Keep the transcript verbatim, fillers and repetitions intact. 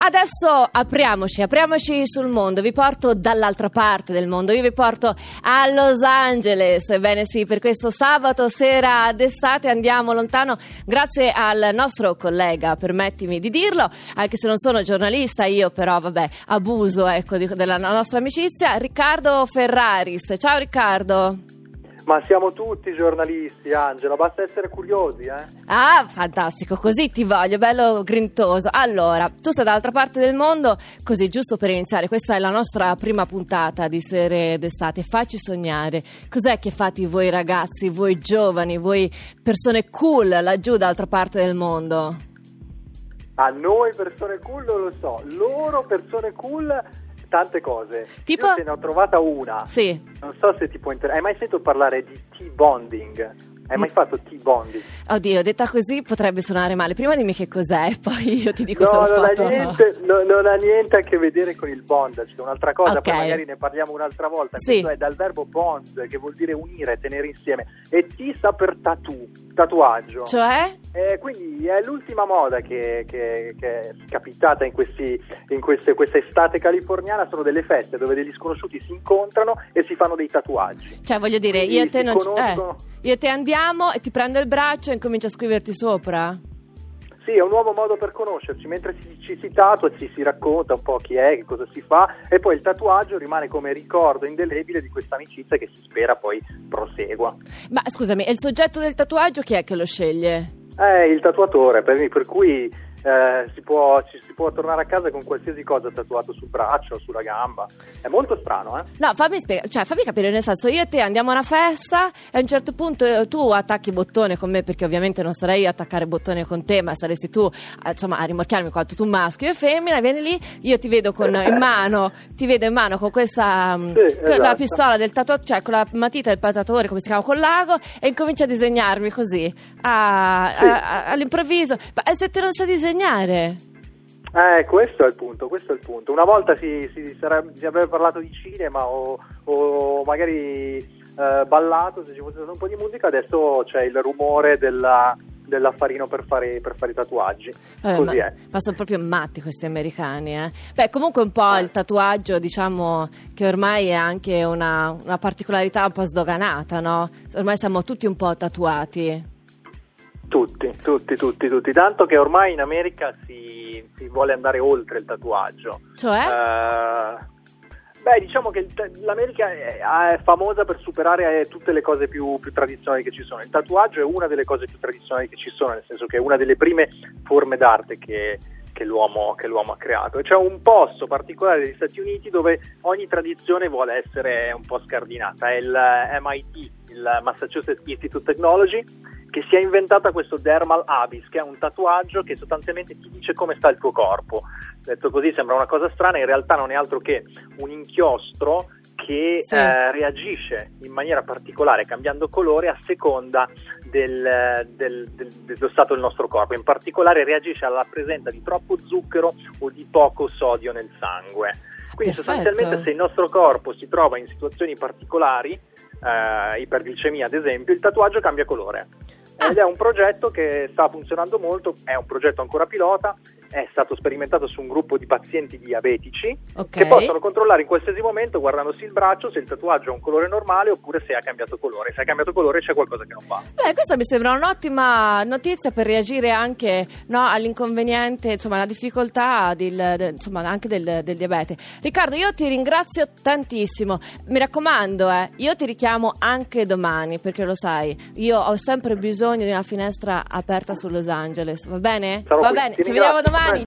Adesso apriamoci, apriamoci sul mondo, vi porto dall'altra parte del mondo, io vi porto a Los Angeles. Ebbene sì, per questo sabato sera d'estate andiamo lontano grazie al nostro collega, permettimi di dirlo, anche se non sono giornalista io, però vabbè, abuso ecco di, della nostra amicizia, Riccardo Ferraris. Ciao Riccardo. Ma siamo tutti giornalisti, Angela, basta essere curiosi, eh? Ah, fantastico, così ti voglio, bello grintoso. Allora, tu sei dall'altra parte del mondo, così giusto per iniziare, questa è la nostra prima puntata di Sere d'estate, facci sognare. Cos'è che fate voi ragazzi, voi giovani, voi persone cool laggiù dall'altra parte del mondo? A noi persone cool non lo so, loro persone cool... tante cose. Tipo? Io te ne ho trovata una. Sì. Non so se ti può interessare. Hai mai sentito parlare di T-bonding? Hai mai fatto T-bonding? Oddio, detta così potrebbe suonare male. Prima dimmi che cos'è, poi io ti dico no, se l'ho non fatto ha niente, no, non ha niente a che vedere con il bondage, è un'altra cosa, okay. Poi magari ne parliamo un'altra volta. Sì. Questo è dal verbo bond, che vuol dire unire, tenere insieme, e T sta per tattoo, tatuaggio. Cioè? Eh, quindi è l'ultima moda che, che, che è capitata in, questi, in queste, questa estate californiana, sono delle feste dove degli sconosciuti si incontrano e si fanno dei tatuaggi. Cioè voglio dire, quindi io e te non conoscono... eh, io e te andiamo e ti prendo il braccio e incomincio a scriverti sopra? Sì, è un nuovo modo per conoscerci, mentre ci, ci si tatua, ci si racconta un po' chi è, che cosa si fa, e poi il tatuaggio rimane come ricordo indelebile di questa amicizia che si spera poi prosegua. Ma scusami, e il soggetto del tatuaggio chi è che lo sceglie? È il tatuatore, per, per cui eh, si, può, ci, si può tornare a casa con qualsiasi cosa tatuato sul braccio o sulla gamba. È molto strano, eh? No, fammi spiegare, cioè fammi capire, nel senso, io e te andiamo a una festa e a un certo punto eh, tu attacchi bottone con me, perché ovviamente non sarei io a attaccare bottone con te, ma saresti tu eh, insomma a rimorchiarmi quanto tu maschio io femmina, vieni lì, io ti vedo con in mano, ti vedo in mano con questa sì, con esatto. la pistola del tatuatore, cioè con la matita del tatuatore, come si chiama, con l'ago, e incomincia a disegnarmi così a, sì. a, a, all'improvviso. Ma e se te non sai disegnare? Eh, questo è il punto, questo è il punto. Una volta si, si, sarebbe, si avrebbe parlato di cinema o, o magari eh, ballato, se ci fosse stato un po' di musica, adesso c'è il rumore della, dell'affarino per fare, per fare i tatuaggi. Vabbè, Così ma, è. ma sono proprio matti questi americani, eh? Beh, comunque un po' Eh. il tatuaggio, diciamo che ormai è anche una, una particolarità un po' sdoganata, no? Ormai siamo tutti un po' tatuati. Tutti, tutti, tutti, tutti. Tanto che ormai in America si, si vuole andare oltre il tatuaggio. Cioè? Uh, beh, diciamo che il, l'America è, è famosa per superare tutte le cose più, più tradizionali che ci sono. Il tatuaggio è una delle cose più tradizionali che ci sono, nel senso che è una delle prime forme d'arte che, che, l'uomo, che l'uomo ha creato. E c'è un posto particolare degli Stati Uniti dove ogni tradizione vuole essere un po' scardinata. È il M I T, il Massachusetts Institute of Technology, che si è inventata questo dermal abyss, che è un tatuaggio che sostanzialmente ti dice come sta il tuo corpo. Detto così sembra una cosa strana, in realtà non è altro che un inchiostro che sì. eh, reagisce in maniera particolare, cambiando colore a seconda del, del, del, dello stato del nostro corpo. In particolare reagisce alla presenza di troppo zucchero o di poco sodio nel sangue. Quindi Perfetto. Sostanzialmente se il nostro corpo si trova in situazioni particolari, eh, iperglicemia ad esempio, il tatuaggio cambia colore. Ed è un progetto che sta funzionando molto, è un progetto ancora pilota, è stato sperimentato su un gruppo di pazienti diabetici, okay. che possono controllare in qualsiasi momento, guardandosi il braccio, se il tatuaggio ha un colore normale oppure se ha cambiato colore. Se ha cambiato colore c'è qualcosa che non va. Beh, questa mi sembra un'ottima notizia per reagire anche, no, all'inconveniente, insomma, alla difficoltà del, del, insomma, anche del, del diabete. Riccardo, io ti ringrazio tantissimo. Mi raccomando, eh, io ti richiamo anche domani, perché lo sai, io ho sempre bisogno di una finestra aperta su Los Angeles, va bene? Sarò va qui. bene, Ti ci vediamo ringrazio. domani.